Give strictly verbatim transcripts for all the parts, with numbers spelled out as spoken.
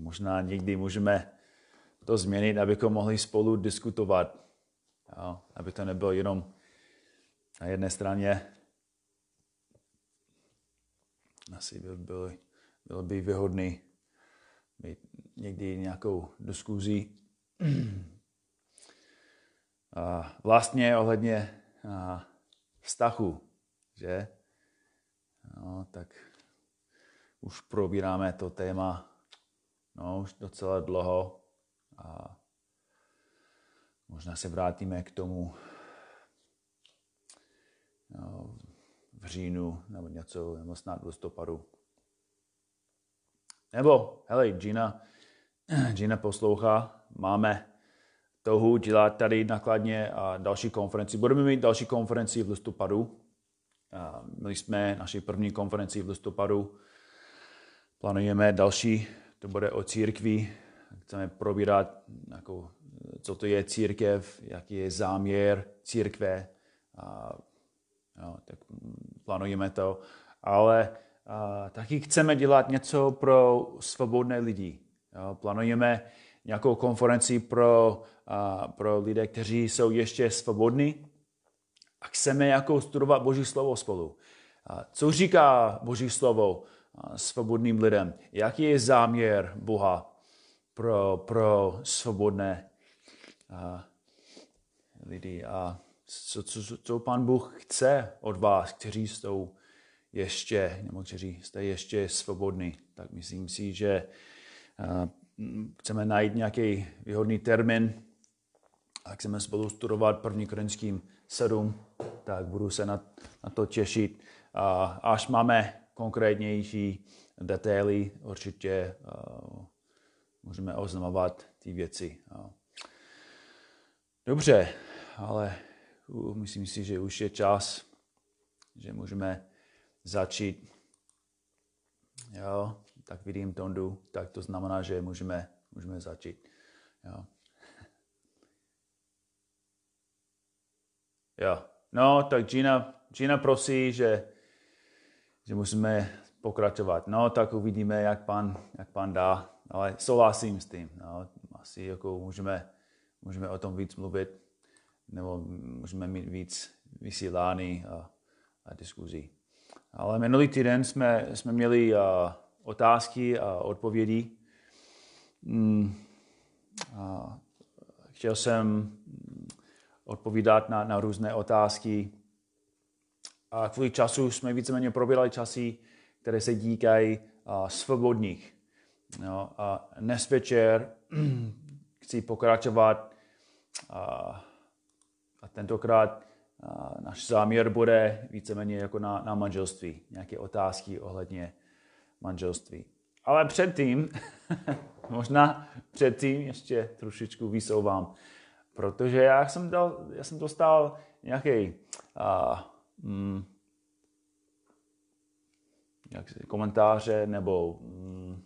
možná někdy můžeme to změnit, abychom mohli spolu diskutovat. Jo? Aby to nebylo jenom na jedné straně. Asi by bylo, bylo by výhodný mít někdy nějakou diskuzi. A vlastně ohledně a, vztahu, že? No, tak už probíráme to téma no, už docela dlouho a možná se vrátíme k tomu no, v říjnu nebo něco, nebo snad v listopadu. Nebo, hele, Gina, Gina poslouchá, máme touhu dělat tady nakladně a další konferenci. Budeme mít další konferenci v listopadu. Měli jsme naši první konferenci v listopadu. Plánujeme další, to bude o církvi. Chceme probírat, jako, co to je církev, jaký je záměr církve. A, jo, tak plánujeme to. Ale a, taky chceme dělat něco pro svobodné lidi. Jo, plánujeme nějakou konferenci pro, a, pro lidé, kteří jsou ještě svobodní. A chceme jako studovat Boží slovo spolu. A co říká Boží slovo svobodným lidem? Jaký je záměr Boha pro, pro svobodné a, lidi? A co, co, co Pán Bůh chce od vás, kteří jsou ještě, nebo kteří jste ještě svobodní? Tak myslím si, že a, chceme najít nějaký výhodný termín a chceme spolu studovat první Korinským sedm, tak budu se na, na to těšit. A až máme konkrétnější detaily, určitě uh, můžeme oznamovat ty věci. Uh. Dobře, ale uh, myslím si, že už je čas, že můžeme začít. Jo, tak vidím Tondu, tak to znamená, že můžeme, můžeme začít. Jo. Jo. No, tak Gina, Gina prosí, že, že musíme pokračovat. No, tak uvidíme, jak pán, jak pán dá. Ale souhlasím s tím. No, asi jako můžeme, můžeme o tom víc mluvit, nebo můžeme mít víc vysílání a, a diskuzí. Ale minulý týden jsme, jsme měli uh, otázky a odpovědi. Mm, uh, chtěl jsem odpovídat na, na různé otázky. A kvůli času jsme víceméně probírali časy, které se týkají uh, svobodných. No, a dnes večer chci pokračovat a, a tentokrát a, náš záměr bude víceméně jako na, na manželství. Nějaké otázky ohledně manželství. Ale předtím, možná předtím ještě trošičku vysouvám. Protože já jsem, dal, já jsem dostal nějaký uh, mm, jak se, komentáře nebo mm,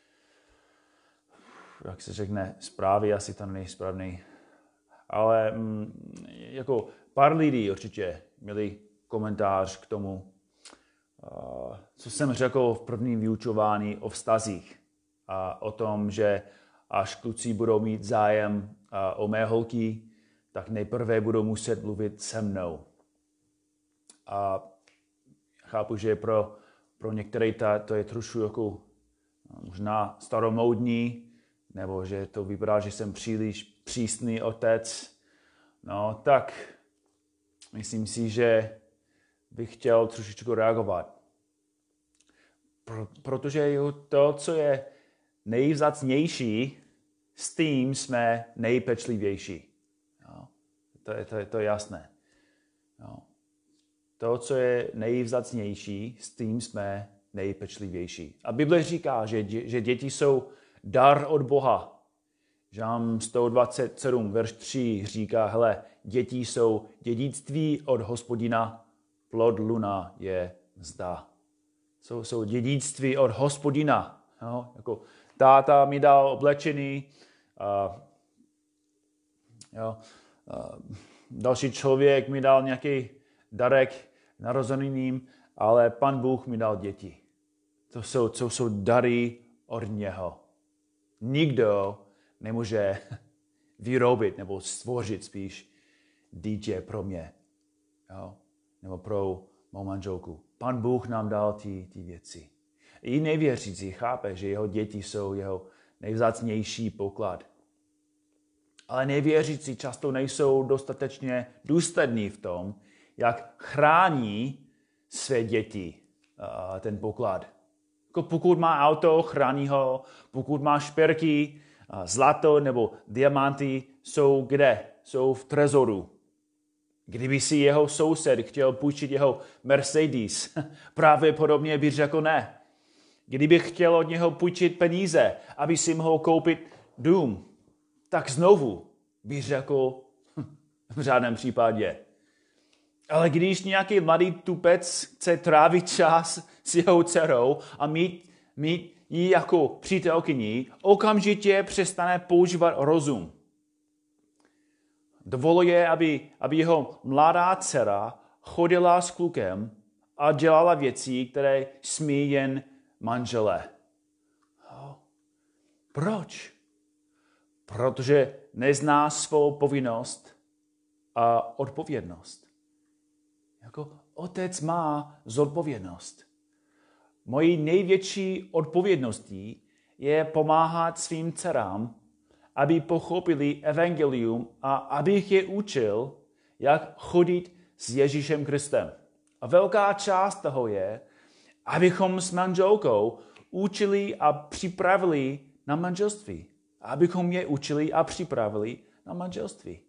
jak se řekne, zprávy, asi to není správný. Ale mm, jako pár lidí určitě měli komentář k tomu, uh, co jsem řekl v prvním vyučování o vztazích. A o tom, že až kluci budou mít zájem o mé holky, tak nejprve budou muset mluvit se mnou. A chápu, že pro, pro některé ta, to je trošku jako možná staromódní, nebo že to vypadá, že jsem příliš přísný otec. No tak myslím si, že bych chtěl trošičku reagovat. Pro, protože to, co je nejvzácnější, s tím jsme nejpečlivější. Jo. To, je, to, je, to je jasné. Jo. To, co je nejvzácnější, s tím jsme nejpečlivější. A Bible říká, že, že děti jsou dar od Boha. Žalm sto dvacet sedm, verš tři říká, hele, děti jsou dědictví od Hospodina, plod luna je mzda. Jsou, jsou dědictví od Hospodina. Jo. Jako táta mi dal oblečený, Uh, jo, uh, další člověk mi dal nějaký darek narozeniným, ale Pan Bůh mi dal děti. To jsou, to jsou dary od něho. Nikdo nemůže vyrobit nebo stvořit spíš dítě pro mě. Jo? Nebo pro mou manželku. Pan Bůh nám dal ty, ty věci. I nevěřící chápe, že jeho děti jsou jeho nejvzácnější poklad. Ale nevěřící často nejsou dostatečně důslední v tom, jak chrání své děti uh, ten poklad. Jako pokud má auto, chrání ho. Pokud má šperky, uh, zlato nebo diamanty, jsou kde? Jsou v trezoru. Kdyby si jeho soused chtěl půjčit jeho Mercedes, pravděpodobně by řekl ne. Kdyby chtěl od něho půjčit peníze, aby si mohl koupit dům, tak znovu by řekl hm, v žádném případě. Ale když nějaký mladý tupec chce trávit čas s jeho dcerou a mít, mít ji jako přítelkyni, okamžitě přestane používat rozum. Dovoluje, aby, aby jeho mladá dcera chodila s klukem a dělala věci, které smí jen manželé. Proč? Protože nezná svou povinnost a odpovědnost. Jako otec má zodpovědnost. Mojí největší odpovědností je pomáhat svým dcerám, aby pochopili evangelium a abych je učil, jak chodit s Ježíšem Kristem. A velká část toho je, abychom s manželkou učili a připravili na manželství. Abychom je učili a připravili na manželství.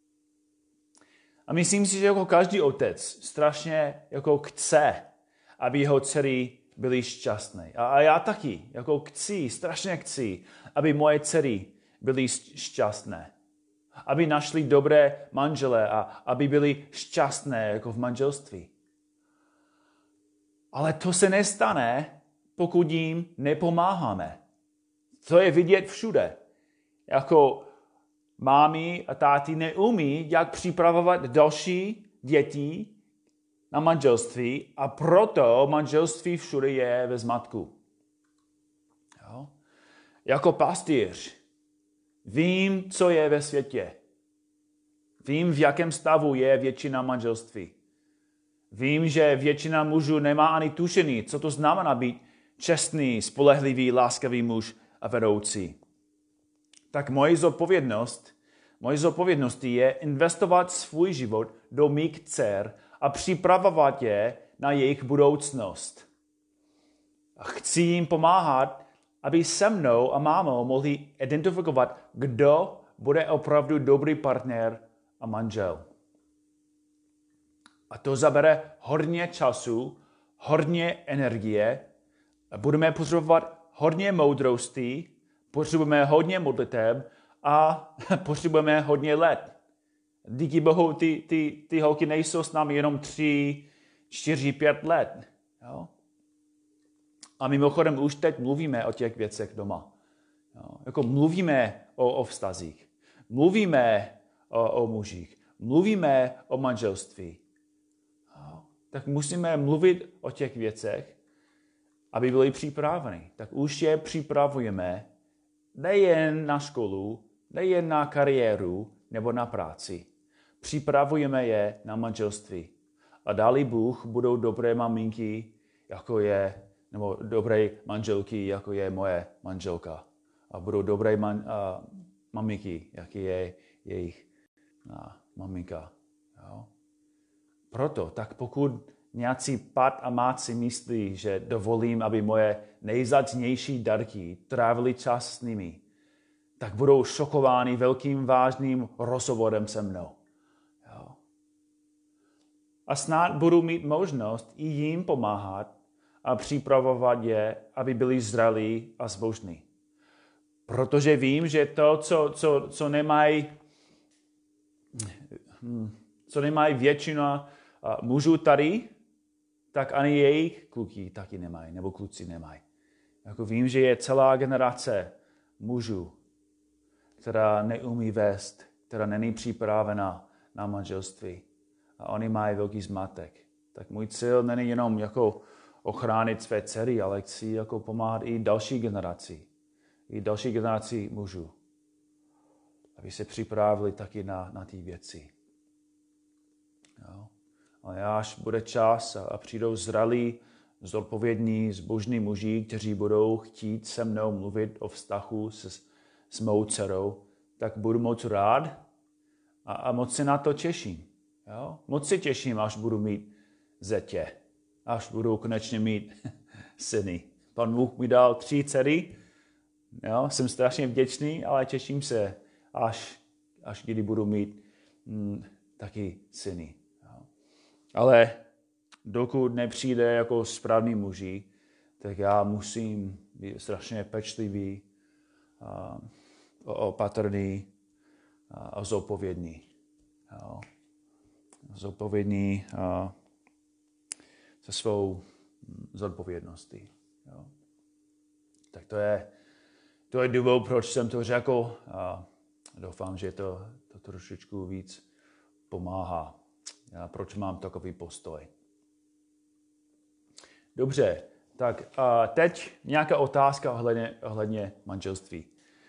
A myslím si, že jako každý otec strašně jako chce, aby jeho dcery byly šťastné. A já taky, jako chci, strašně chci, aby moje dcery byly šťastné. Aby našli dobré manžele a aby byli šťastné jako v manželství. Ale to se nestane, pokud jim nepomáháme. To je vidět všude. Jako mámy a táty neumí, jak připravovat další děti na manželství a proto manželství všude je ve zmatku. Jo? Jako pastýř vím, co je ve světě. Vím, v jakém stavu je většina manželství. Vím, že většina mužů nemá ani tušení, co to znamená být čestný, spolehlivý, láskavý muž a vedoucí. Tak moje zodpovědnost, moje zodpovědností je investovat svůj život do mých dcer a připravovat je na jejich budoucnost. A chci jim pomáhat, aby se mnou a mámou mohli identifikovat, kdo bude opravdu dobrý partner a manžel. A to zabere hodně času, hodně energie, budeme potřebovat hodně moudrosti, potřebujeme hodně modliteb a potřebujeme hodně let. Díky Bohu ty, ty, ty holky nejsou s námi jenom tři, čtyři, pět let. Jo? A mimochodem už teď mluvíme o těch věcech doma. Jo? Jako mluvíme o, o vztazích, mluvíme o, o mužích, mluvíme o manželství. Jo? Tak musíme mluvit o těch věcech, aby byli připraveni. Tak už je připravujeme nejen na školu, nejen na kariéru nebo na práci. Připravujeme je na manželství. A dali Bůh budou dobré maminky, jako je, nebo dobré manželky, jako je moje manželka. A budou dobré man, uh, maminky, jak je jejich uh, maminka. Jo? Proto, tak pokud nějací pat a máci myslí, že dovolím, aby moje nejvzácnější dárky trávili čas s nimi, tak budou šokováni velkým vážným rozhovorem se mnou. Jo. A snad budu mít možnost i jim pomáhat a připravovat je, aby byli zralí a zbožní. Protože vím, že to, co, co, co nemají co nemají většina mužů tady, tak ani jejich kluky taky nemají, nebo kluci nemají. Jako vím, že je celá generace mužů, která neumí vést, která není připravena na manželství. A oni mají velký zmatek. Tak můj cíl není jenom jako ochránit své dcery, ale chci jako pomáhat i další generaci. i další generaci mužů, aby se připravili taky na, na ty věci. Jo. Ale až bude čas a, a přijdou zralí, zodpovědní, zbožní muži, kteří budou chtít se mnou mluvit o vztahu s, s mou dcerou, tak budu moc rád a, a moc se na to těším. Jo. Moc se těším, až budu mít zetě, až budu konečně mít syny. Pan Bůh mi dal tři dcery, jo, jsem strašně vděčný, ale těším se, až, až kdy budu mít mm, taky syny. Jo. Ale dokud nepřijde jako správný muži, tak já musím být strašně pečlivý, a, opatrný a, a zodpovědný. Jo. Zodpovědný a, se svou zodpovědností. Jo. Tak to je, to je důvod, proč jsem to řekl a doufám, že to, to trošičku víc pomáhá. A proč mám takový postoj. Dobře, tak a teď nějaká otázka ohledně, ohledně manželství.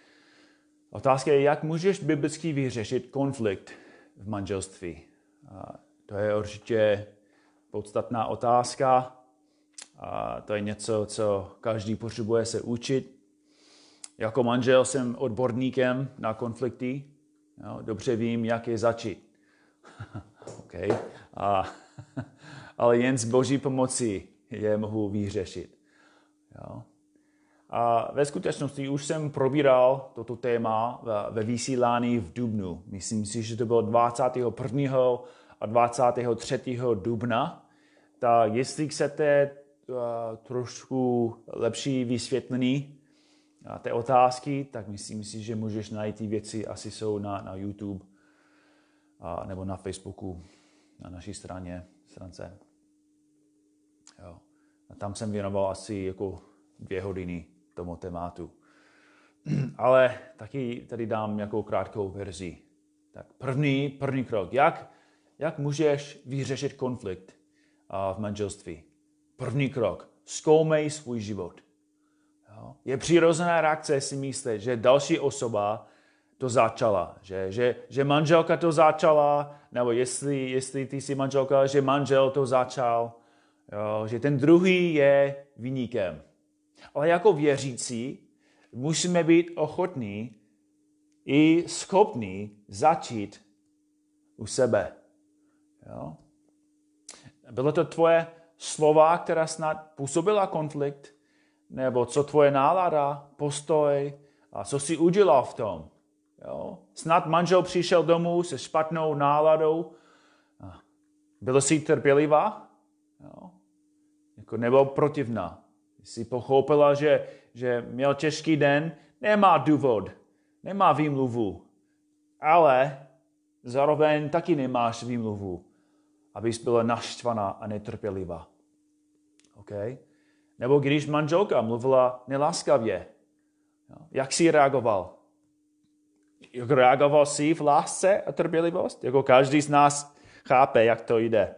Otázka je, jak můžeš biblicky vyřešit konflikt v manželství. A to je určitě podstatná otázka. A to je něco, co každý potřebuje se učit. Jako manžel jsem odborníkem na konflikty. Jo, dobře vím, jak je začít. okay. A, ale jen s Boží pomocí je mohu vyřešit. Jo. A ve skutečnosti už jsem probíral toto téma ve vysílání v dubnu. Myslím si, že to bylo dvacátého prvního a dvacátého třetího dubna. Tak jestli chcete uh, trošku lepší vysvětlení uh, té otázky, tak myslím si, že můžeš najít ty věci, asi jsou na, na YouTube uh, nebo na Facebooku, na naší straně, stránce. Jo. A tam jsem věnoval asi jako dvě hodiny tomu tématu. Ale taky tady dám nějakou krátkou verzi. Tak první, první krok. Jak, jak můžeš vyřešit konflikt uh, v manželství? První krok. Zkoumej svůj život. Jo? Je přirozená reakce si myslet, že další osoba to začala. Že, že, že manželka to začala, nebo jestli, jestli ty jsi manželka, že manžel to začal. Jo? Že ten druhý je viníkem. Ale jako věřící musíme být ochotní i schopní začít u sebe. Jo? Bylo to tvoje slova, která snad působila konflikt? Nebo co tvoje nálada, postoj a co jsi udělal v tom? Jo? Snad manžel přišel domů se špatnou náladou. Byla jsi trpělivá? Jo? Jako nebo protivná? Jsi pochopila, že, že měl těžký den, nemá důvod, nemá výmluvu, ale zároveň taky nemáš výmluvu, abys byla naštvaná a netrpělivá. Okay? Nebo když manželka mluvila neláskavě, jak jsi reagoval? Jak reagoval jsi v lásce a trpělivost? Jako každý z nás chápe, jak to jde.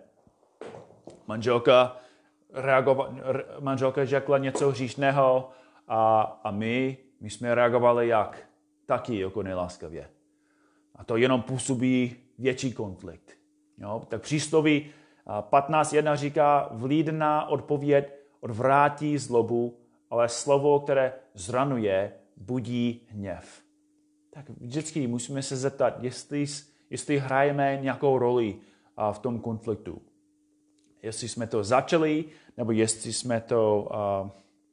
Manželka Reagova, manželka řekla něco hříšného a, a my, my jsme reagovali jak? Taky jako neláskavě. A to jenom působí větší konflikt. Jo? Tak přísloví patnáct jedna říká, vlídná odpověď odvrátí zlobu, ale slovo, které zranuje, budí hněv. Tak vždycky musíme se zeptat, jestli, jestli hrajeme nějakou roli v tom konfliktu. Jestli jsme to začali, nebo jestli jsme to uh,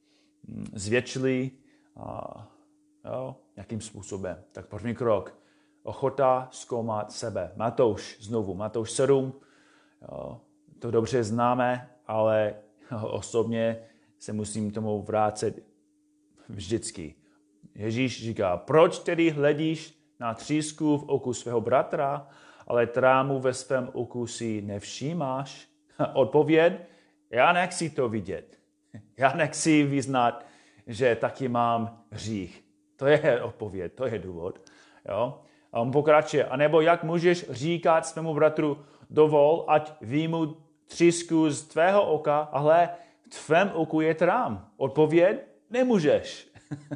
zvětšili uh, jo, nějakým způsobem. Tak první krok. Ochota zkoumat sebe. Matouš znovu. Matouš sedm. Jo, to dobře známe, ale osobně se musím tomu vrátit vždycky. Ježíš říká, proč tedy hledíš na třísku v oku svého bratra, ale trámu ve svém oku si nevšímáš? Odpověď, já nechci to vidět. Já nechci vyznat, že taky mám hřích. To je odpověď, to je důvod. Jo? A on pokračuje. A nebo jak můžeš říkat svému bratru, dovol, ať výjmu třísku z tvého oka, ale v tvém oku je trám. Odpověď, nemůžeš.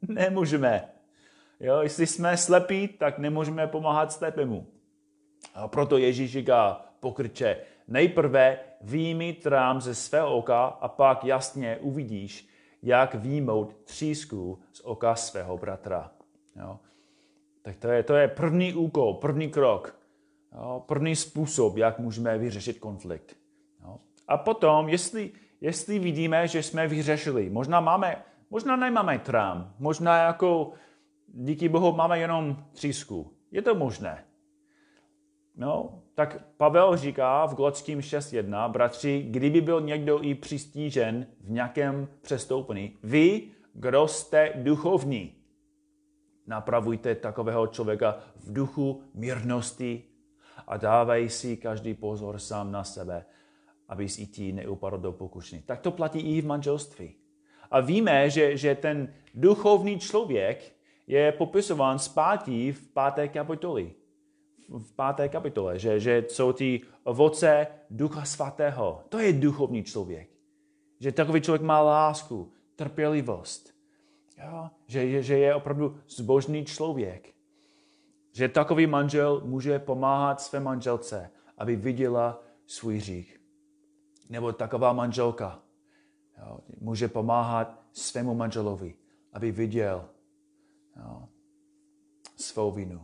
Nemůžeme. Jo, jestli jsme slepí, tak nemůžeme pomáhat slepému. A proto Ježíš říká pokrytče, nejprve vyjmi trám ze svého oka a pak jasně uvidíš, jak vyjmout třísku z oka svého bratra. Jo. Tak to je, to je první úkol, první krok, jo, první způsob, jak můžeme vyřešit konflikt. Jo. A potom, jestli, jestli vidíme, že jsme vyřešili, možná máme, možná nemáme trám, možná jako díky Bohu máme jenom třísku. Je to možné. No, tak Pavel říká v Galackým šest jedna, bratři, kdyby byl někdo i přistížen v nějakém přestoupení, vy, kdo jste duchovní, napravujte takového člověka v duchu mírnosti a dávej si každý pozor sám na sebe, abys i ti neupadl do pokušení. Tak to platí i v manželství. A víme, že, že ten duchovní člověk je popisován zpátky v páté kapitoli. V páté kapitole, že, že jsou ty ovoce Ducha Svatého. To je duchovní člověk. Že takový člověk má lásku, trpělivost. Jo? Že, že je opravdu zbožný člověk. Že takový manžel může pomáhat své manželce, aby viděla svůj hřích. Nebo taková manželka jo? Může pomáhat svému manželovi, aby viděl jo? svou vinu.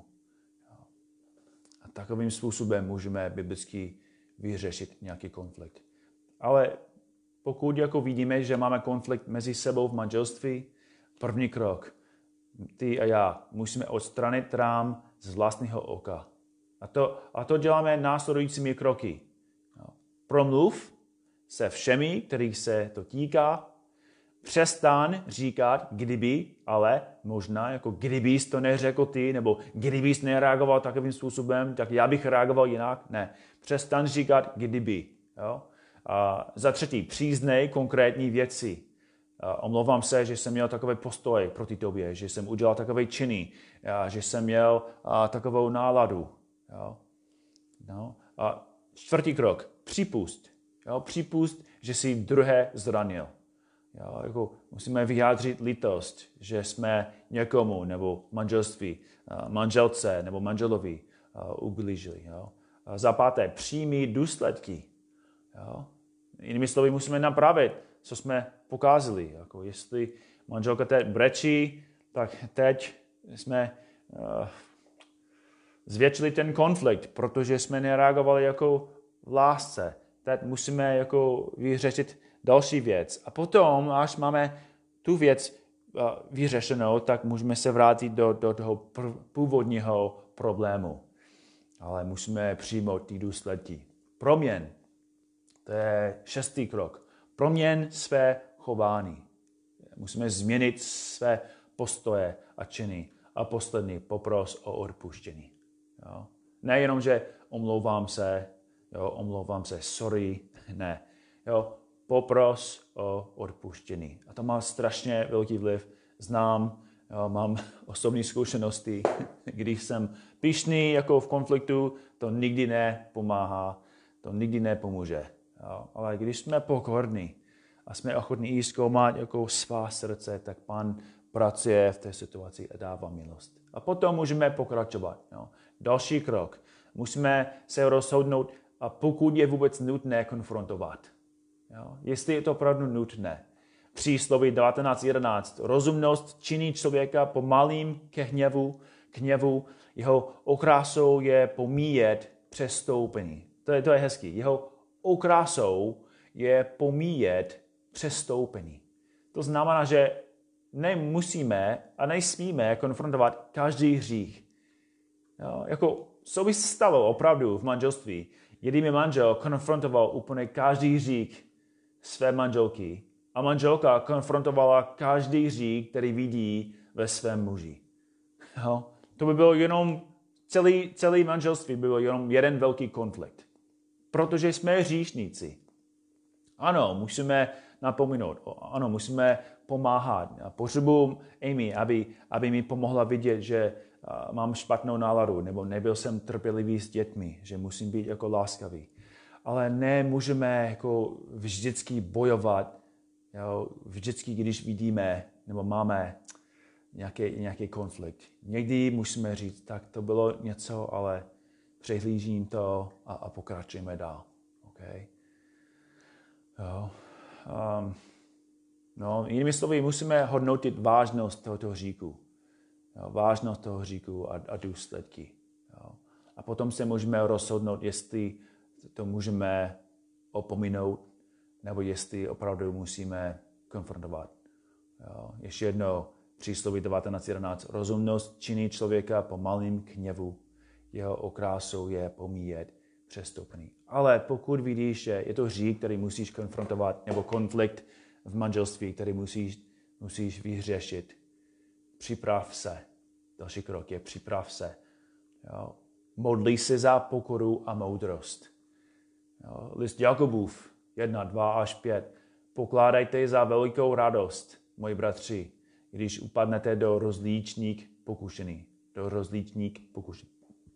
A takovým způsobem můžeme biblicky vyřešit nějaký konflikt. Ale pokud jako vidíme, že máme konflikt mezi sebou v manželství, první krok, ty a já, musíme odstranit trám z vlastního oka. A to, a to děláme následujícími kroky. Promluv se všemi, kterých se to týká. Přestaň říkat kdyby, ale možná, jako kdybys to neřekl ty, nebo kdybys nereagoval takovým způsobem, tak já bych reagoval jinak. Ne. Přestaň říkat kdyby. Jo? A za třetí, přiznej konkrétní věci. A omlouvám se, že jsem měl takový postoj proti tobě, že jsem udělal takové činy, a že jsem měl a, takovou náladu. Jo? No. A čtvrtý krok, připust. Jo? Připust, že jsi druhé zranil. Jo? Jako musíme vyjádřit lítost, že jsme někomu nebo manželství, manželce nebo manželovi ublížili. Jo? A za páté, přijmi důsledky. Jo? Jinými slovy, musíme napravit, co jsme pokázali. Jako jestli manželka teď brečí, tak teď jsme uh, zvětšili ten konflikt, protože jsme nereagovali jako v lásce. Teď musíme jako vyřešit další věc. A potom, až máme tu věc uh, vyřešenou, tak můžeme se vrátit do, do toho pr- původního problému. Ale musíme přijmout ty důsledky. Proměn. To je šestý krok. Proměň své chování. Musíme změnit své postoje a činy. A poslední, popros o odpuštění. Jo? Nejenom, že omlouvám se, jo, omlouvám se, sorry, ne. Jo? Popros o odpuštění. A to má strašně velký vliv. Znám, jo, mám osobní zkušenosti, když jsem pyšný jako v konfliktu, to nikdy nepomáhá, to nikdy nepomůže. Jo, ale když jsme pokorní a jsme ochotní i zkoumat jako svá srdce, tak Pán pracuje v té situaci a dává milost. A potom můžeme pokračovat. Jo. Další krok. Musíme se rozhodnout, a pokud je vůbec nutné konfrontovat. Jo. Jestli je to opravdu nutné. Přísloví devatenáct jedenáct. Rozumnost činí člověka pomalým ke hněvu, k hněvu. Jeho okrasou je pomíjet přestoupení. To je, to je hezký. Jeho okrasou je pomíjet přestoupení. To znamená, že nemusíme a nesmíme konfrontovat každý hřích. Jo, jako, co by se stalo opravdu v manželství, kdyby manžel konfrontoval úplně každý hřích své manželky a manželka konfrontovala každý hřích, který vidí ve svém muži. Jo, to by bylo jenom, celý, celý manželství by bylo jenom jeden velký konflikt. Protože jsme hříšníci. Ano, musíme napomenout, ano, musíme pomáhat. Potřebuji Amy, aby, aby mi pomohla vidět, že uh, mám špatnou náladu, nebo nebyl jsem trpělivý s dětmi, že musím být jako láskavý. Ale nemůžeme jako vždycky bojovat, jo, vždycky, když vidíme, nebo máme nějaký, nějaký konflikt. Někdy musíme říct, tak to bylo něco, ale přehlížím to a, a pokračujeme dál. Okay? Jo. Um, no, jinými slovy, musíme hodnotit vážnost tohoto hříchu. Jo, vážnost toho hříchu a, a důsledky. Jo. A potom se můžeme rozhodnout, jestli to můžeme opominout, nebo jestli opravdu musíme konfrontovat. Jo. Ještě jednou, přísloví devatenáct jedenáct. Rozumnost činí člověka pomalým k hněvu. Jeho okrásou je pomíjet přestupný. Ale pokud vidíš, že je to hřích, který musíš konfrontovat, nebo konflikt v manželství, který musíš, musíš vyřešit, připrav se. Další krok je připrav se. Jo. Modlí se za pokoru a moudrost. Jo. List Jakubův jedna, dva až pět. Pokládajte za velikou radost, moji bratři, když upadnete do rozlíčných pokušení. Do rozlíčných pokušení.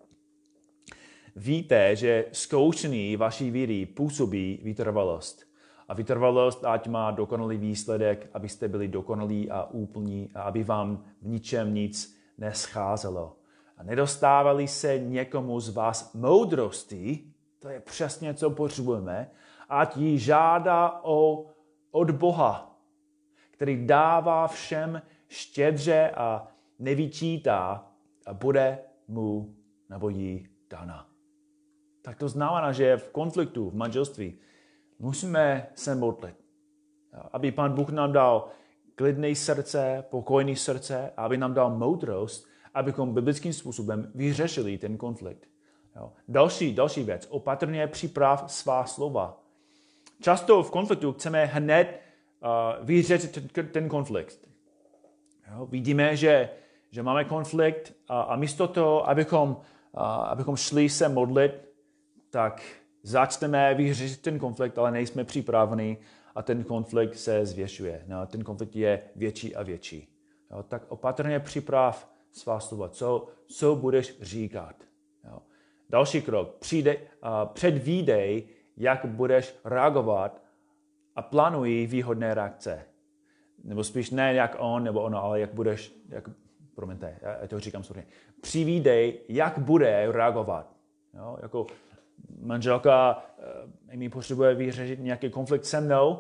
Víte, že zkoušení vaší víry působí vytrvalost. A vytrvalost ať má dokonalý výsledek, abyste byli dokonalí a úplní a aby vám v ničem nic nescházelo. A nedostávali se někomu z vás moudrosti, to je přesně, co potřebujeme, ať ji žádá o, od Boha, který dává všem štědře a nevyčítá a bude mu nebo jí dána. Tak to znamená, že v konfliktu, v manželství, musíme se modlit, aby Pán Bůh nám dal klidné srdce, pokojné srdce, aby nám dal moudrost, abychom biblickým způsobem vyřešili ten konflikt. Další, další věc, opatrně připrav svá slova. Často v konfliktu chceme hned uh, vyřešit ten, ten konflikt. Jo, vidíme, že, že máme konflikt a, a místo toho, abychom, uh, abychom šli se modlit, tak začneme vyřešit ten konflikt, ale nejsme připraveni a ten konflikt se zvětšuje. No, ten konflikt je větší a větší. Jo, tak opatrně připrav svá slova, co, co budeš říkat. Jo. Další krok, přijde, uh, předvídej, jak budeš reagovat a plánuj výhodné reakce. Nebo spíš ne jak on nebo ona, ale jak budeš, jak, promiňte, já to říkám správně. Přivídej, jak bude reagovat. Jo, jako manželka uh, mi potřebuje vyřešit nějaký konflikt se mnou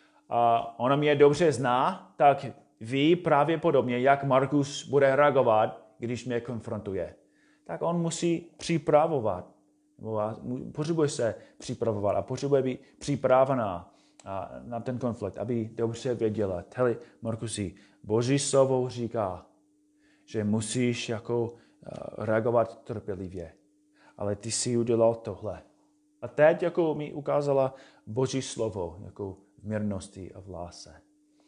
a ona mě dobře zná, tak ví právě podobně, jak Markus bude reagovat, když mě konfrontuje. Tak on musí připravovat. Potřebuje se připravovat a potřebuje být připravená na ten konflikt, aby dobře věděla. Hele, Markusi, Boží slovo říká, že musíš jako reagovat trpělivě. Ale ty jsi udělal tohle. A teď jako mi ukázala Boží slovo, jako v mírnosti a v lásce.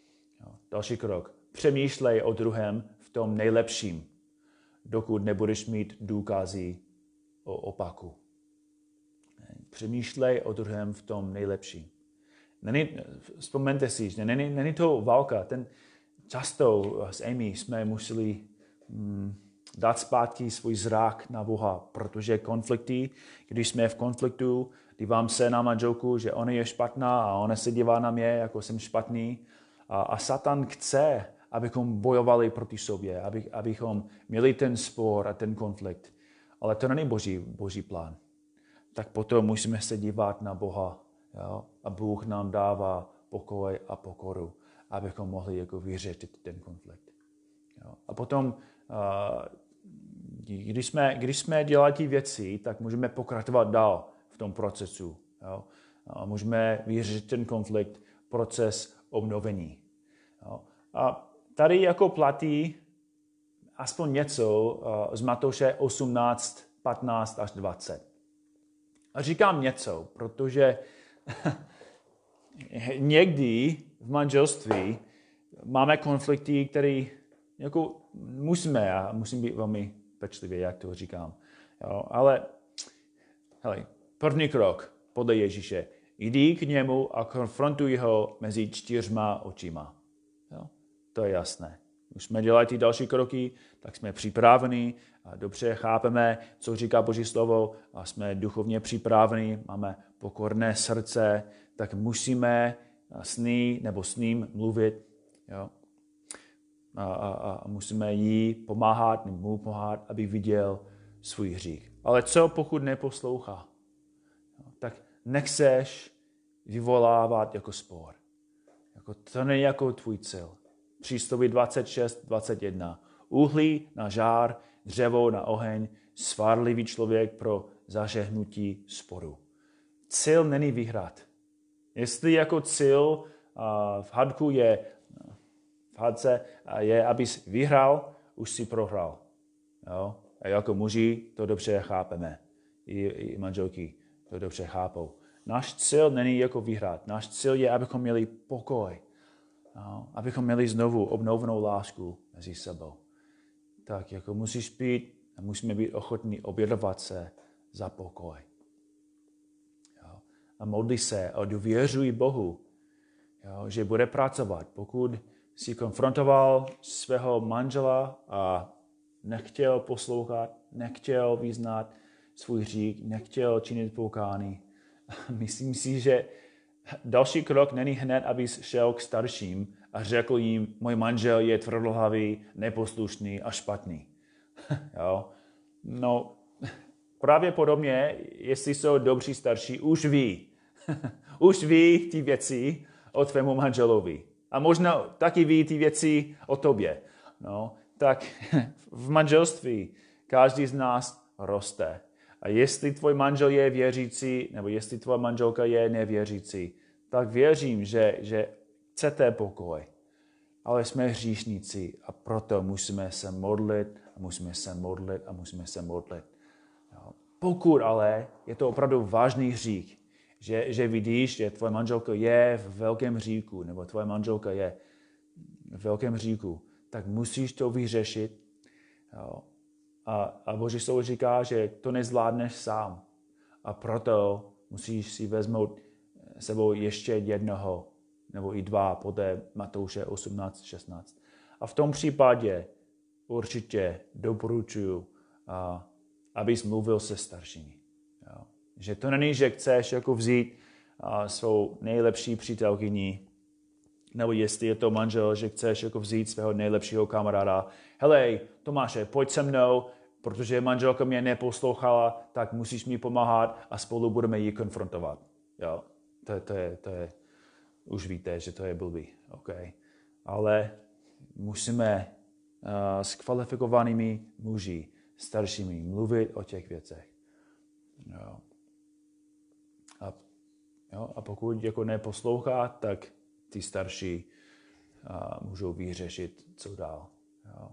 Další krok. Přemýšlej o druhém v tom nejlepším, dokud nebudeš mít důkazy o opaku. Přemýšlej o druhém v tom nejlepším. Není, vzpomeňte si, že není, není to válka. Ten, často s Amy jsme museli mm, dát zpátky svůj zrak na Boha, protože konflikty, když jsme v konfliktu, dívám se na manželku, že ona je špatná a ona se dívá na mě, jako jsem špatný. A, a Satan chce, abychom bojovali proti sobě, aby, abychom měli ten spor a ten konflikt. Ale to není boží, boží plán. Tak potom musíme se dívat na Boha. Jo? A Bůh nám dává pokoj a pokoru, abychom mohli jako vyřešit ten konflikt. Jo? A potom, když jsme, když jsme dělali ty věci, tak můžeme pokračovat dál v tom procesu. Jo? A můžeme vyřešit ten konflikt, proces obnovení. Jo? A tady jako platí aspoň něco z Matouše osmnáct, patnáct až dvacet. A říkám něco, protože někdy v manželství máme konflikty, které jako musíme, a musím být velmi pečlivý, jak to říkám. Jo, ale hele, první krok podle Ježíše. Jdi k němu a konfrontuj ho mezi čtyřma očima. Jo, to je jasné. Už jsme dělali ty další kroky, tak jsme připraveni a dobře chápeme, co říká Boží slovo a jsme duchovně připraveni, máme pokorné srdce, tak musíme s ní nebo s ním mluvit. Jo. a, a, a musíme jí pomáhat, nebo mu pomáhat, aby viděl svůj hřích. Ale co pokud neposlouchá? Tak nechceš vyvolávat jako spor. Jako to není jako tvůj cíl. Přísloví dvacet šest dvacet jedna. Uhlí na žár, dřevo na oheň, svárlivý člověk pro zažehnutí sporu. Cíl není vyhrát. Jestli jako cíl v hadku je, v hadce je, abys vyhrál, už si prohrál. Jo? A jako muži to dobře chápeme. I, i manželky to dobře chápou. Náš cíl není jako vyhrát. Náš cíl je, abychom měli pokoj. Jo? Abychom měli znovu obnovenou lásku mezi sebou. Tak jako musíš být a musíme být ochotní obědovat se za pokoj. Jo? A modli se a důvěřuj Bohu, jo? Že bude pracovat. Pokud jsi konfrontoval svého manžela a nechtěl poslouchat, nechtěl vyznat svůj hřích, nechtěl činit pokání, myslím si, že další krok není hned, abys šel k starším a řekl jim, můj manžel je tvrdohlavý, neposlušný a špatný. Jo? No, právě podobně, jestli jsou dobří starší, už ví. Už ví ty věci o tvému manželovi. A možná taky ví ty věci o tobě. No, tak v manželství každý z nás roste. A jestli tvůj manžel je věřící, nebo jestli tvoje manželka je nevěřící, tak věřím, že, že chcete pokoj. Ale jsme hříšníci a proto musíme se modlit a musíme se modlit a musíme se modlit. Pokud ale je to opravdu vážný hřích, že, že vidíš, že tvoje manželka je v velkém hříchu, nebo tvoje manželka je v velkém hříchu, tak musíš to vyřešit. A, a Boží slovo říká, že to nezvládneš sám. A proto musíš si vezmout sebou ještě jednoho, nebo i dva, podle Matouše osmnáct šestnáct. A v tom případě určitě doporučuji, abys mluvil se staršími. Jo. Že to není, že chceš jako vzít a, svou nejlepší přítelkyni, nebo jestli je to manžel, že chceš jako vzít svého nejlepšího kamaráda. Helej, Tomáše, pojď se mnou, protože manželka mě neposlouchala, tak musíš mi pomáhat a spolu budeme ji konfrontovat. Jo. To, to, je, to je, už víte, že to je blbý. Okay. Ale musíme uh, s kvalifikovanými muži, staršími, mluvit o těch věcech. Jo. A, jo, a pokud jako neposlouchá, tak ty starší uh, můžou vyřešit, co dál. Jo.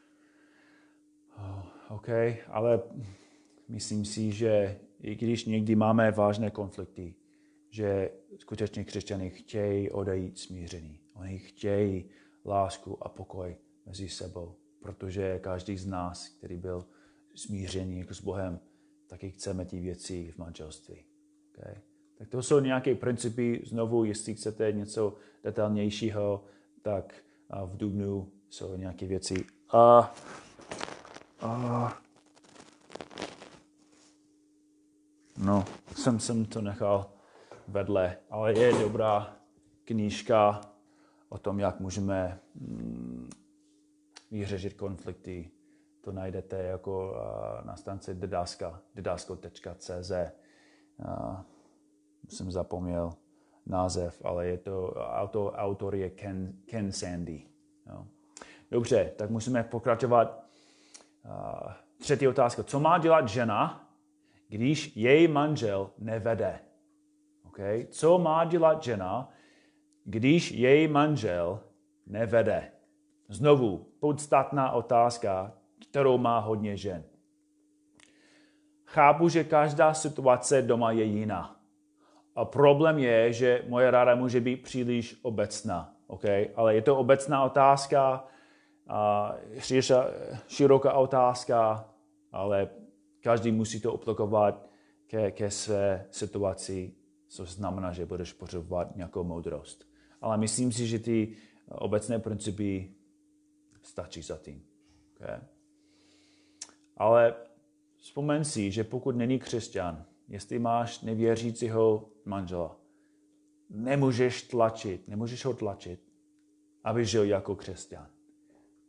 Uh, OK, ale myslím si, že i když někdy máme vážné konflikty, že skutečně křesťané chtějí odejít smíření. Oni chtějí lásku a pokoj mezi sebou, protože každý z nás, který byl smířený jako s Bohem, taky chceme ty věci v manželství. Okay? Tak to jsou nějaké principy. Znovu, jestli chcete něco detailnějšího, tak v dubnu jsou nějaké věci. A, a, no, jsem, jsem to nechal vedle, ale je dobrá knížka o tom, jak můžeme mm, vyřešit konflikty. To najdete jako uh, na stanici didasko tečka cé zet. Uh, jsem zapomněl název, ale je to, auto, autor je Ken, Ken Sande. Jo. Dobře, tak musíme pokračovat. Uh, třetí otázka. Co má dělat žena, když její manžel nevede? Okay. Co má dělat žena, když její manžel nevede? Znovu, podstatná otázka, kterou má hodně žen. Chápu, že každá situace doma je jiná. A problém je, že moje rada může být příliš obecná. Okay? Ale je to obecná otázka, a široká otázka, ale každý musí to aplikovat ke, ke své situaci, což znamená, že budeš potřebovat nějakou moudrost. Ale myslím si, že ty obecné principy stačí za tím. Okay? Ale vzpomeň si, že pokud není křesťan, jestli máš nevěřícího manžela, nemůžeš tlačit, nemůžeš ho tlačit, aby žil jako křesťan.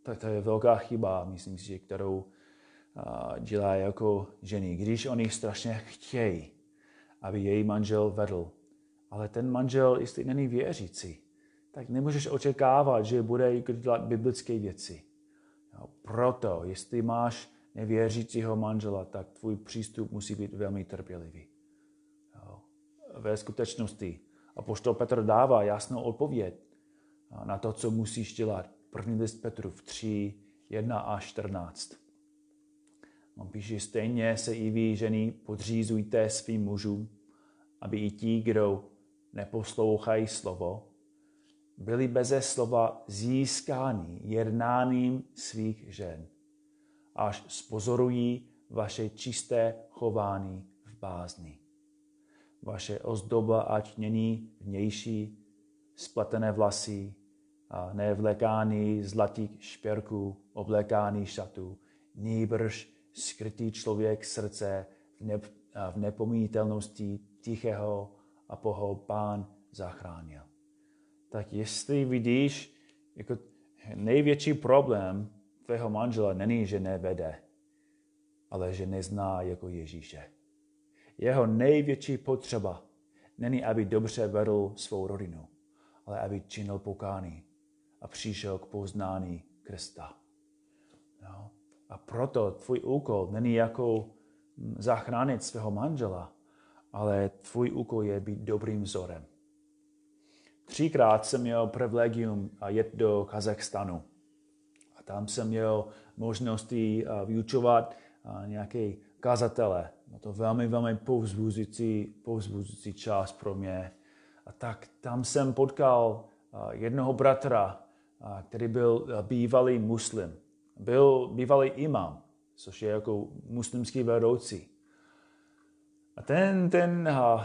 To, to je velká chyba, myslím si, kterou uh, dělá jako ženy. Když oni strašně chtějí, aby její manžel vedl, ale ten manžel, jestli není věřící, tak nemůžeš očekávat, že bude dělat biblické věci. Jo, proto, jestli máš nevěřícího manžela, tak tvůj přístup musí být velmi trpělivý. Jo. Ve skutečnosti apoštol Petr dává jasnou odpověď na to, co musíš dělat. První list Petrův tři, jedna až čtrnáct. On píše, stejně se i vy, ženy, podřízujte svým mužům, aby i ti, kdo neposlouchají slovo, byli beze slova získáni jednáním svých žen, až spozorují vaše čisté chování v bázni. Vaše ozdoba ať není vnější, spletené vlasy, a nevlékání zlatých šperků, oblékání šatů, nýbrž skrytý člověk srdce v, ne, v nepomítelnosti tichého a poho Pán zachránil. Tak jestli vidíš, jako největší problém tvého manžela není, že nevede, ale že nezná jako Ježíše. Jeho největší potřeba není, aby dobře vedl svou rodinu, ale aby činil pokání a přišel k poznání Krista. No. A proto tvůj úkol není jako zachránit svého manžela, ale tvůj úkol je být dobrým vzorem. Třikrát jsem měl privilegium jet do Kazachstanu. A tam jsem měl možnosti vyučovat nějaké kazatele. No to velmi, velmi povzbuzující, povzbuzující čas pro mě. A tak tam jsem potkal jednoho bratra, který byl bývalý muslim. Byl bývalý imám, což je jako muslimský vedoucí. A ten, ten uh,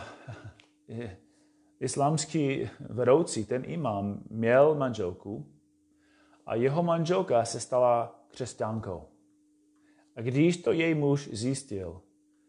islámský vedoucí, ten imám, měl manželku a jeho manželka se stala křesťankou. A když to její muž zjistil,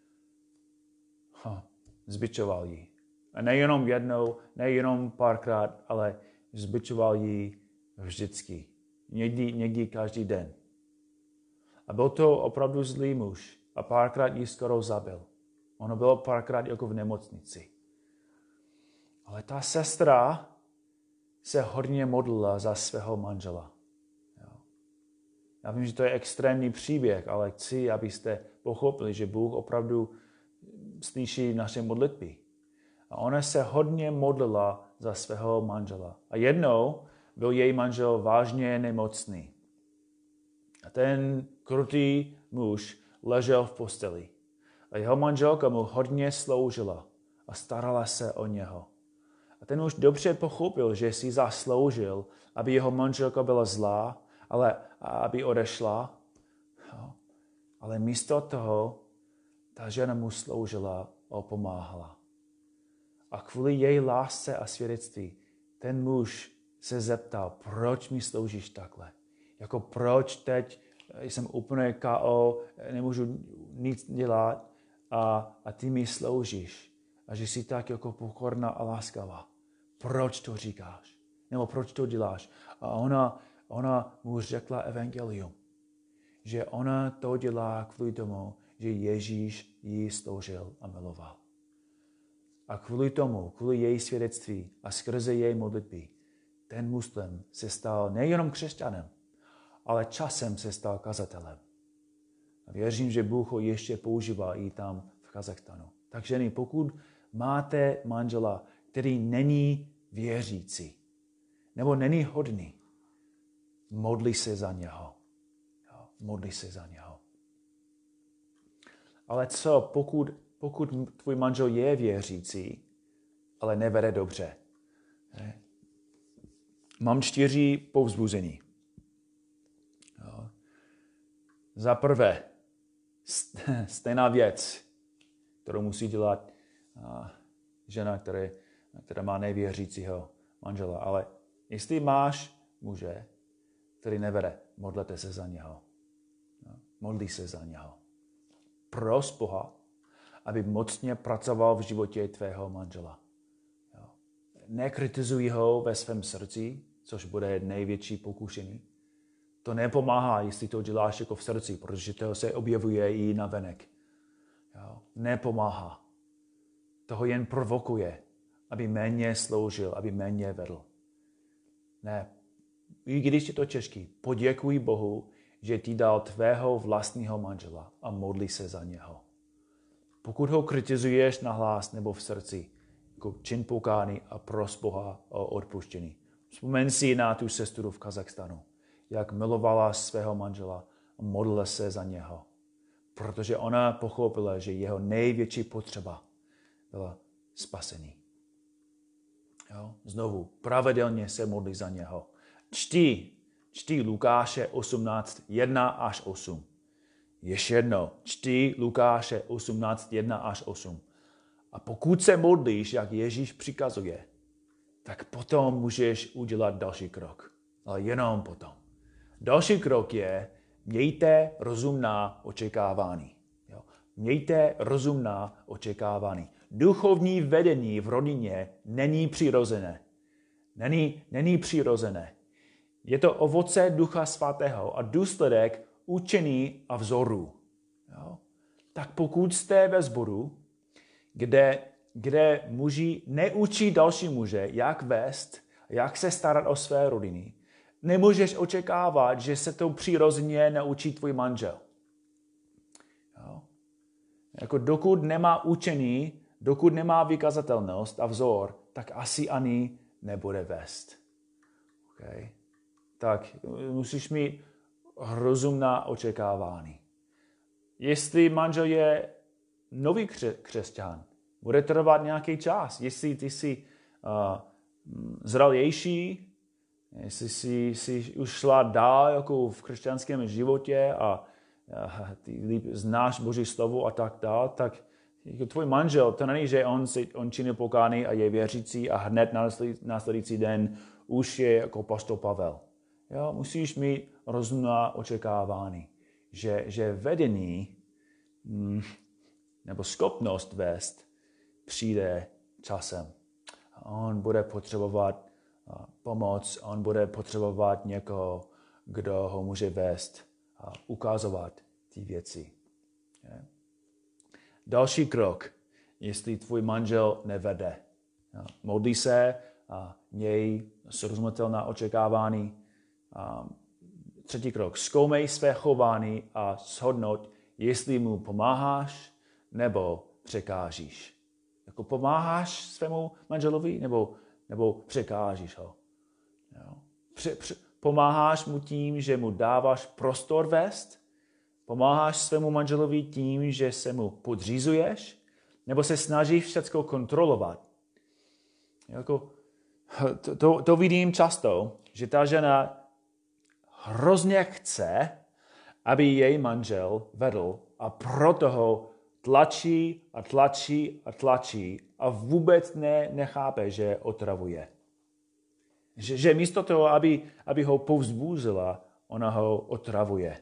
huh, zbičoval ji. A nejenom jednou, nejenom párkrát, ale zbičoval ji vždycky. Někdy, někdy každý den. A byl to opravdu zlý muž a párkrát ji skoro zabil. Ono bylo párkrát jako v nemocnici. Ale ta sestra se hodně modlila za svého manžela. Jo. Já vím, že to je extrémní příběh, ale chci, abyste pochopili, že Bůh opravdu slyší naše modlitby. A ona se hodně modlila za svého manžela. A jednou byl její manžel vážně nemocný. A ten krutý muž ležel v posteli. A jeho manželka mu hodně sloužila a starala se o něho. A ten muž dobře pochopil, že si zasloužil, aby jeho manželka byla zlá, ale aby odešla. Ale místo toho ta žena mu sloužila a pomáhala. A kvůli její lásce a svědectví ten muž se zeptal, proč mi sloužíš takhle? Jako proč teď jsem úplně ká ó, nemůžu nic dělat a, a ty mi sloužíš. A že jsi tak jako pokorná a láskavá. Proč to říkáš? Nebo proč to děláš? A ona, ona mu řekla evangelium. Že ona to dělá kvůli tomu, že Ježíš jí sloužil a miloval. A kvůli tomu, kvůli její svědectví a skrze její modlitby, ten muslim se stal nejenom křesťanem, ale časem se stal kazatelem. A věřím, že Bůh ho ještě používá i tam v Kazachstanu. Tak ženy, pokud máte manžela, který není věřící, nebo není hodný, modli se za něho. Jo, modli se za něho. Ale co, pokud, pokud tvůj manžel je věřící, ale nevede dobře? Ne? Mám čtyři povzbuzení. Jo. Za prvé, stejná věc, kterou musí dělat uh, žena, které, která má nevěřícího manžela. Ale jestli máš muže, který nevede, modlete se za něho. Jo. Modlí se za něho. Pros Boha, aby mocně pracoval v životě tvého manžela. Jo. Nekritizuj ho ve svém srdci, což bude největší pokušení. To nepomáhá, jestli to děláš jako v srdci, protože to se objevuje i na venek. Jo? Nepomáhá. Toho jen provokuje, aby méně sloužil, aby méně vedl. Ne. I když je to těžký, poděkuj Bohu, že ti dal tvého vlastního manžela a modli se za něho. Pokud ho kritizuješ nahlas nebo v srdci, jako čin pokání a pros Boha o odpuštění. Vzpomeň si na tu sestru v Kazachstanu, jak milovala svého manžela a modlila se za něho. Protože ona pochopila, že jeho největší potřeba byla spasení. Jo? Znovu, pravidelně se modlí za něho. Čti, čti Lukáše osmnáct, jedna až osm. Ještě jednou, čti Lukáše osmnáct, jedna až osm. A pokud se modlíš, jak Ježíš přikazuje, tak potom můžeš udělat další krok. Ale jenom potom. Další krok je, mějte rozumná očekávání. Jo? Mějte rozumná očekávání. Duchovní vedení v rodině není přirozené. Není, není přirozené. Je to ovoce Ducha Svatého a důsledek učení a vzoru. Jo? Tak pokud jste ve sboru, kde, kde muži neučí další muže, jak vést, jak se starat o své rodiny, nemůžeš očekávat, že se to přirozeně naučí tvůj manžel. Jo? Jako dokud nemá učení, dokud nemá vykazatelnost a vzor, tak asi ani nebude vést. Okay? Tak musíš mít rozumná očekávání. Jestli manžel je nový křesťan, bude trvat nějaký čas. Jestli ty jsi uh, zralější, jestli jsi, jsi už šla dál jako v křesťanském životě a uh, ty líp znáš Boží slovo a tak dál, tak jako tvůj manžel, to není, že on, si, on činí pokání a je věřící a hned následující den už je jako apostol Pavel. Jo, musíš mít rozumná očekávání, že, že vedení mm, nebo schopnost vést přijde časem. On bude potřebovat uh, pomoc, on bude potřebovat někoho, kdo ho může vést a ukazovat ty věci. Okay. Další krok, jestli tvůj manžel nevede. Modlí se a měj srozumitelná očekávání. A třetí krok, zkoumej své chování a shodnout, jestli mu pomáháš nebo překážíš. Jako pomáháš svému manželovi nebo, nebo překážíš ho. Jo. Pře, pře, pomáháš mu tím, že mu dáváš prostor vést? Pomáháš svému manželovi tím, že se mu podřízuješ? Nebo se snažíš všechno kontrolovat? Jako, to, to, to vidím často, že ta žena hrozně chce, aby její manžel vedl a proto ho tlačí a tlačí a tlačí a vůbec ne, nechápe, že otravuje. Že, že místo toho, aby, aby ho povzbuzila, ona ho otravuje.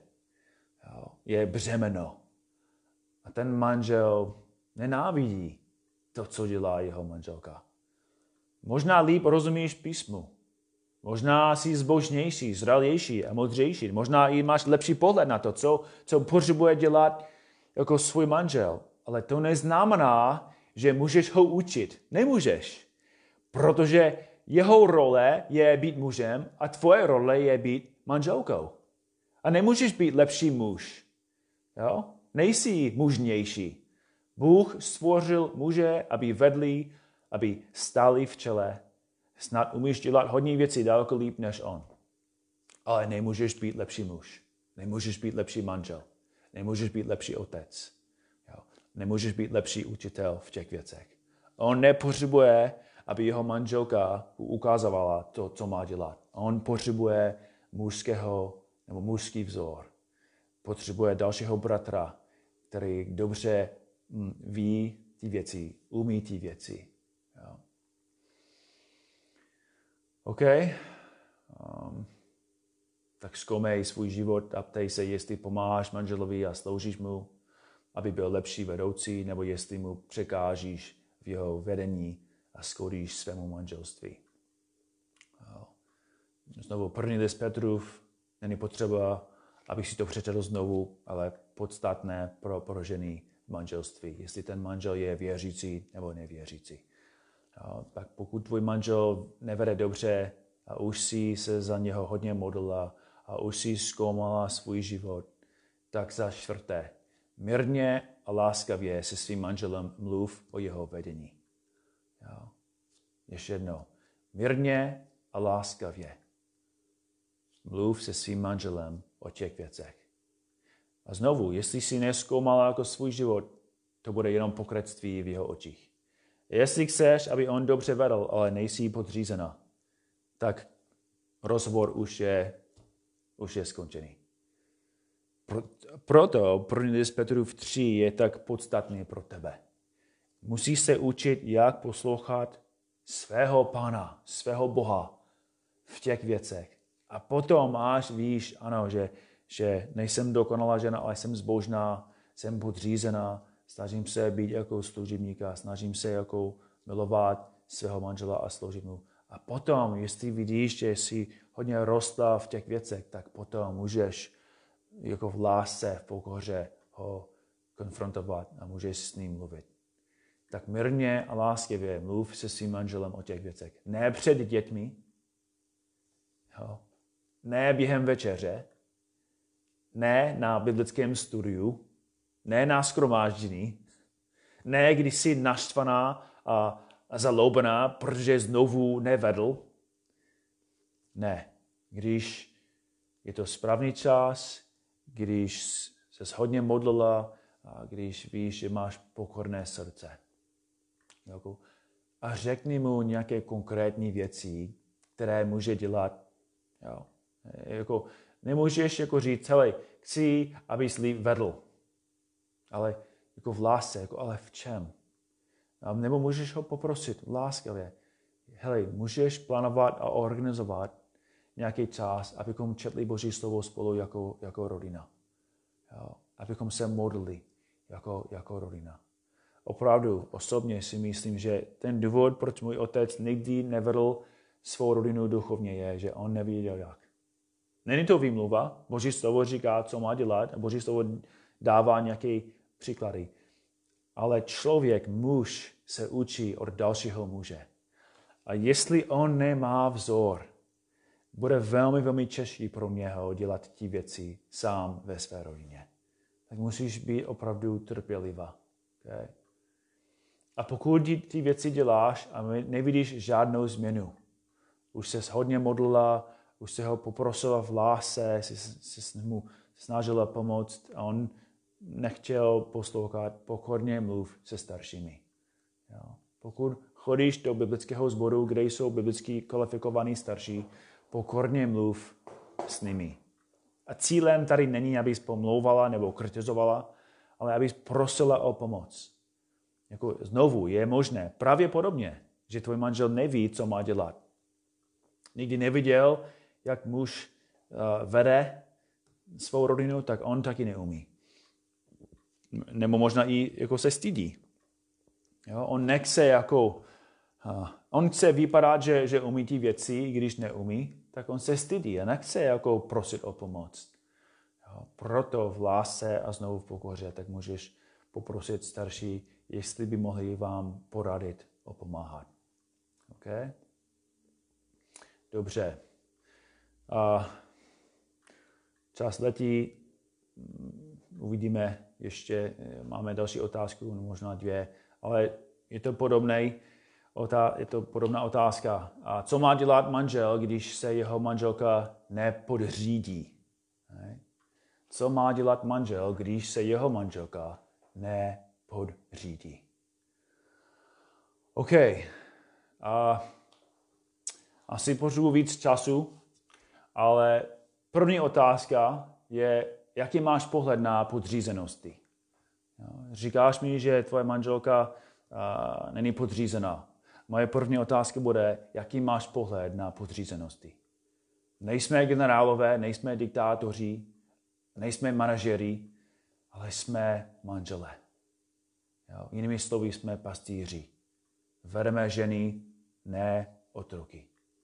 Je břemeno. A ten manžel nenávidí to, co dělá jeho manželka. Možná líp rozumíš písmu. Možná jsi zbožnější, zralější a modřejší. Možná i máš lepší pohled na to, co, co potřebuje dělat jako svůj manžel. Ale to neznamená, že můžeš ho učit. Nemůžeš. Protože jeho role je být mužem a tvoje role je být manželkou. A nemůžeš být lepší muž. Jo? Nejsi mužnější. Bůh stvořil muže, aby vedli, aby stáli v čele. Snad umíš dělat hodně věcí daleko líp než on. Ale nemůžeš být lepší muž. Nemůžeš být lepší manžel. Nemůžeš být lepší otec. Jo? Nemůžeš být lepší učitel v těch věcech. On nepotřebuje, aby jeho manželka ukázovala to, co má dělat. On potřebuje mužského nebo mužský vzor. Potřebuje dalšího bratra, který dobře ví ty věci, umí ty věci. Jo. OK. Um, tak zkoumej svůj život a ptej se, jestli pomáháš manželovi a sloužíš mu, aby byl lepší vedoucí, nebo jestli mu překážíš v jeho vedení a škodíš svému manželství. Jo. Znovu první list Petrův, Není potřeba, abych si to přečetl znovu, ale podstatné pro, pro ženy v manželství. Jestli ten manžel je věřící nebo nevěřící. Jo, tak pokud tvůj manžel nevede dobře a už si se za něho hodně modlila a už si zkoumala svůj život, tak za čtvrté, mírně a láskavě se svým manželem mluv o jeho vedení. Jo. Ještě jednou. Mírně a láskavě mluv se svým manželem o těch věcech. A znovu, jestli si nezkoumala jako svůj život, to bude jenom pokrytství v jeho očích. Jestli chceš, aby on dobře vedl, ale nejsi podřízena, tak rozhovor už je, už je skončený. Proto první list Petrův tři je tak podstatný pro tebe. Musíš se učit, jak poslouchat svého Pána, svého Boha v těch věcech. A potom až víš, ano, že, že nejsem dokonalá žena, ale jsem zbožná, jsem podřízená, snažím se být jako služebníka, snažím se jako milovat svého manžela a sloužit mu. A potom, jestli vidíš, že jsi hodně rostla v těch věcech, tak potom můžeš jako v lásce, v pokoře ho konfrontovat a můžeš s ním mluvit. Tak mírně a láskavě mluv se svým manželem o těch věcech. Ne před dětmi, jo. Ne během večeře, ne na biblickém studiu, ne na shromáždění, ne když jsi naštvaná a zaloubená, protože znovu nevedl. Ne, když je to správný čas, když se hodně modlila a když víš, že máš pokorné srdce. A řekni mu nějaké konkrétní věci, které může dělat. Jo. Jako, nemůžeš jako říct, hele, chci, abys líp vedl. Ale jako v lásce, jako, ale v čem? A nebo můžeš ho poprosit láskavě. Hele, můžeš plánovat a organizovat nějaký čas, abychom četli Boží slovo spolu jako, jako rodina. Jo. Abychom se modlili jako, jako rodina. Opravdu, osobně si myslím, že ten důvod, proč můj otec nikdy nevedl svou rodinu duchovně, je, že on nevěděl jak. Není to výmluva. Boží slovo říká, co má dělat a Boží slovo dává nějaké příklady. Ale člověk, muž, se učí od dalšího muže. A jestli on nemá vzor, bude velmi, velmi těžké pro něho dělat ty věci sám ve své rodině. Tak musíš být opravdu trpělivá. Okay? A pokud ty věci děláš a nevidíš žádnou změnu, už se hodně modlila, už se ho poprosila v lásce, se, se mu snažila pomoct a on nechtěl poslouchat, pokorně mluv se staršími. Jo. Pokud chodíš do biblického sboru, kde jsou biblicky kvalifikovaní starší, pokorně mluv s nimi. A cílem tady není, abys pomlouvala nebo kritizovala, ale abys prosila o pomoc. Jako znovu je možné, pravděpodobně, že tvůj manžel neví, co má dělat. Nikdy neviděl, jak muž uh, vede svou rodinu, tak on taky neumí. Nebo možná i jako se stydí. Jo? On nechce jako, uh, on chce vypadat, že, že umí ty věci, když neumí, tak on se stydí a nechce jako prosit o pomoc. Jo? Proto v lásce a znovu v pokoře, tak můžeš poprosit starší, jestli by mohli vám poradit a pomáhat. Okay? Dobře. A čas letí. Uvidíme ještě, máme další otázku, možná dvě, ale je to podobný, je to podobná otázka. A co má dělat manžel, když se jeho manželka nepodřídí? Co má dělat manžel, když se jeho manželka nepodřídí? OK. A asi potřebuji víc času, ale první otázka je, jaký máš pohled na podřízenosti. Říkáš mi, že tvoje manželka uh, není podřízená. Moje první otázka bude, jaký máš pohled na podřízenosti. Nejsme generálové, nejsme diktátoři, nejsme manažeři, ale jsme manželé. Jo? Jinými slovy jsme pastýři. Vedeme ženy, ne otroky.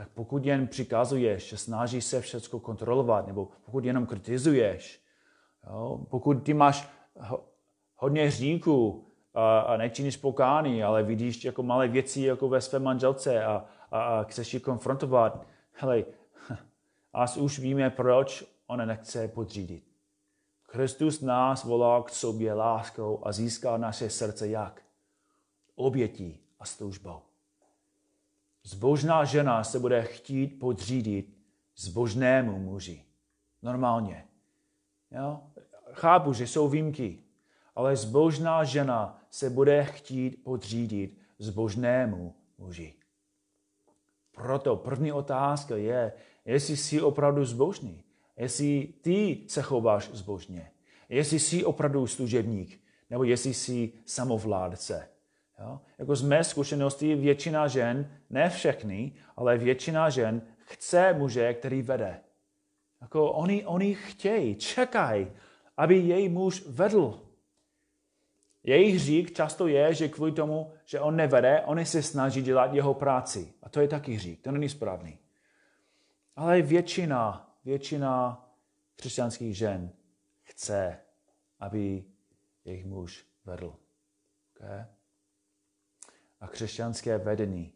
tak pokud jen přikazuješ, snažíš se všechno kontrolovat, nebo pokud jenom kritizuješ, jo, pokud ty máš hodně hříchů a, a nečiníš pokání, ale vidíš jako malé věci jako ve své manželce a, a, a chceš ji konfrontovat, hele, až už víme, proč ona nechce podřídit. Kristus nás volá k sobě láskou a získá naše srdce jak? Obětí a službou. Zbožná žena se bude chtít podřídit zbožnému muži. Normálně. Jo? Chápu, že jsou výjimky, ale zbožná žena se bude chtít podřídit zbožnému muži. Proto první otázka je, jestli jsi opravdu zbožný, jestli ty se chováš zbožně, jestli jsi opravdu služebník, nebo jestli jsi samovládce. Jo? Jako z mé zkušenosti většina žen, ne všechny, ale většina žen chce muže, který vede. Jako oni, oni chtějí, čekají, aby její muž vedl. Jejich hřích často je, že kvůli tomu, že on nevede, oni se snaží dělat jeho práci. A to je taky hřích, to není správný. Ale většina, většina křesťanských žen chce, aby jejich muž vedl. Okay? A křesťanské vedení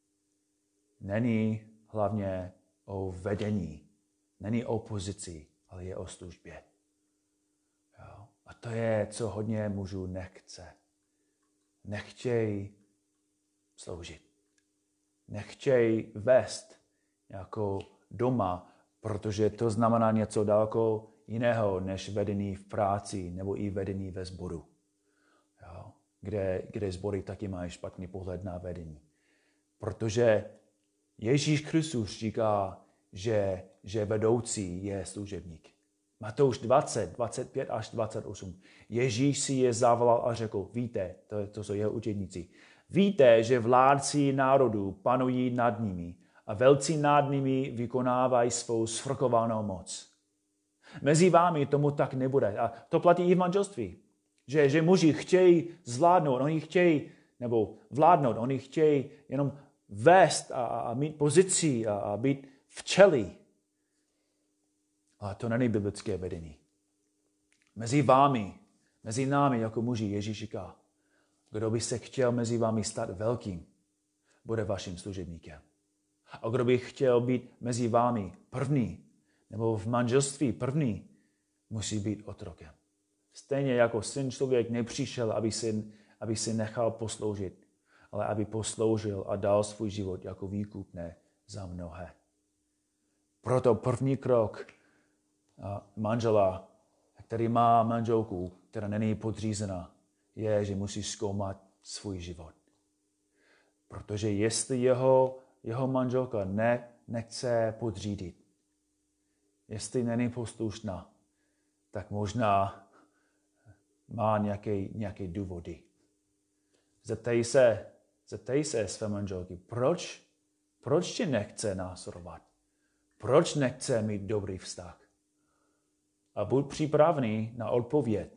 není hlavně o vedení, není o pozici, ale je o službě. Jo? A to je, co hodně mužů nechce. Nechtějí sloužit. Nechtějí vést jako doma, protože to znamená něco daleko jiného, než vedení v práci nebo i vedení ve sboru. Jo? Kde, kde sbory taky mají špatný pohled na vedení. Protože Ježíš Kristus říká, že, že vedoucí je služebník. Matouš dvacet, dvacet pět až dvacet osm. Ježíš si je zavolal a řekl, víte, to, to jsou jeho učedníci, víte, že vládci národů panují nad nimi a velcí nad nimi vykonávají svou svrchovanou moc. Mezi vámi tomu tak nebude. A to platí i v manželství. Že, že muži chtějí zvládnout, oni chtějí, nebo vládnout, oni chtějí jenom vést a, a mít pozici a, a být v čeli. Ale to není biblické vedení. Mezi vámi, mezi námi jako muži Ježíš říká, kdo by se chtěl mezi vámi stát velkým, bude vaším služebníkem. A kdo by chtěl být mezi vámi první, nebo v manželství první, musí být otrokem. Stejně jako syn člověk nepřišel, aby si, aby si nechal posloužit, ale aby posloužil a dal svůj život jako výkupné za mnohé. Proto první krok manžela, který má manželku, která není podřízená, je, že musí zkoumat svůj život. Protože jestli jeho, jeho manželka ne, nechce podřídit, jestli není poslušná, tak možná má nějaké, nějaké důvody. Zeptej se, zeptej se své manželky, proč, proč tě nechce následovat? Proč nechce mít dobrý vztah? A buď připravený na odpověď.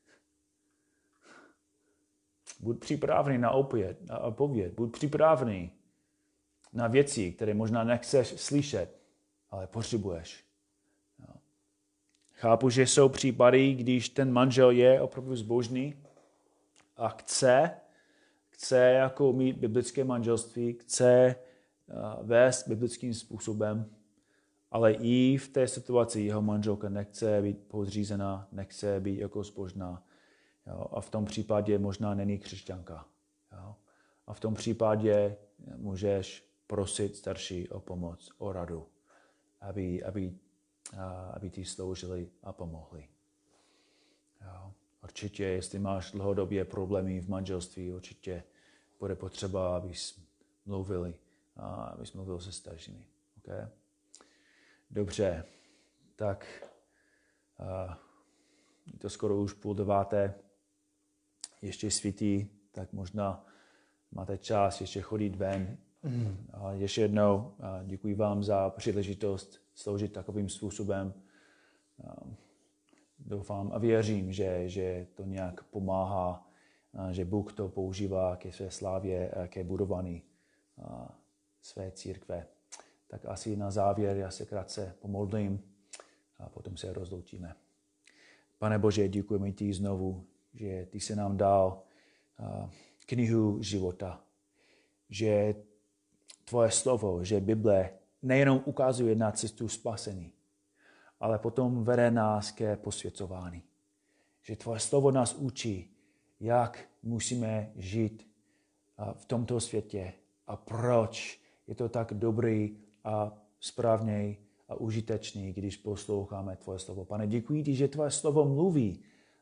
Buď připravený na odpověď, na odpověď. Buď připravený na věci, které možná nechceš slyšet, ale potřebuješ. No. Chápu, že jsou případy, když ten manžel je opravdu zbožný a chce, chce jako mít biblické manželství, chce uh, vést biblickým způsobem, ale i v té situaci jeho manželka nechce být podřízená, nechce být jako zbožná. Jo? A v tom případě možná není křesťanka. Jo? A v tom případě můžeš prosit starší o pomoc, o radu, aby, aby, aby ti sloužili a pomohli. Jo? Určitě, jestli máš dlouhodobě problémy v manželství, určitě bude potřeba, abys mluvili, abys mluvil se staršími. Okay? Dobře, tak uh, je to skoro už půl deváté, ještě svítí, tak možná máte čas ještě chodit ven. A ještě jednou uh, děkuji vám za příležitost sloužit takovým způsobem. Uh, doufám a věřím, že, že to nějak pomáhá, uh, že Bůh to používá ke své slávě, uh, ke budování uh, své církve. Tak asi na závěr já se krátce pomodlím a potom se rozloučíme. Pane Bože, děkujeme ti znovu, že ty se nám dal knihu života, že tvoje slovo, že Bible nejenom ukazuje na cestu spasení, ale potom vede nás ke posvěcování. Že tvoje slovo nás učí, jak musíme žít v tomto světě a proč je to tak dobrý a správný a užitečný, když posloucháme tvoje slovo. Pane, děkuji ti, že tvoje slovo mluví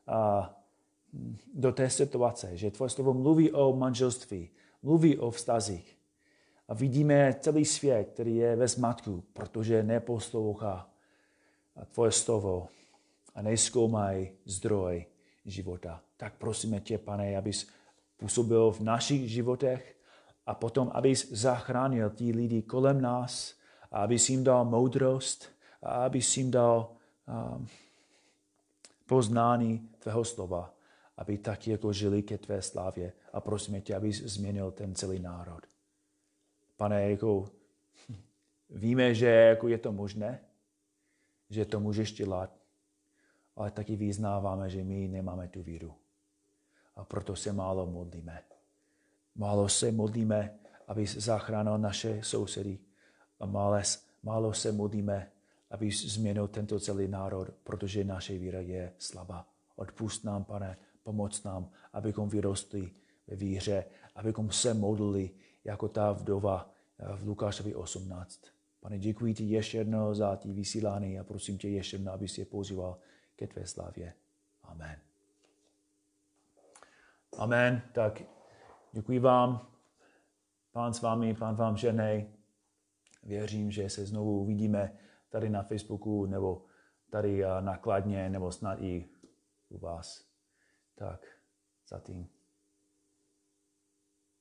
do té situace, že tvoje slovo mluví o manželství, mluví o vztazích. A vidíme celý svět, který je ve zmatku, protože neposlouchá tvoje slovo a nezkoumají zdroj života. Tak prosíme tě, Pane, abys působil v našich životech a potom, abys zachránil ty lidi kolem nás a abys jim dal moudrost a abys jim dal um, poznání tvého slova, aby tak jako žili ke tvé slávě. A prosíme tě, abys změnil ten celý národ. Pane, jako víme, že jako je to možné, že to můžeš dělat, ale taky vyznáváme, že my nemáme tu víru. A proto se málo modlíme. Málo se modlíme, aby zachránil naše sousedy. A málo, málo se modlíme, aby změnil tento celý národ, protože naše víra je slabá. Odpust nám, Pane, pomoc nám, abychom vyrostli ve víře, abychom se modlili jako ta vdova v Lukášovi osmnáct. Pane, děkuji ti ještě jednou za ty vysílání a prosím tě ještě jednou, abys je používal ke tvé slávě. Amen. Amen. Tak děkuji vám. Pán s vámi, Pán vám ženej. Věřím, že se znovu uvidíme tady na Facebooku nebo tady na Kladně nebo snad i u vás. Tak zatím.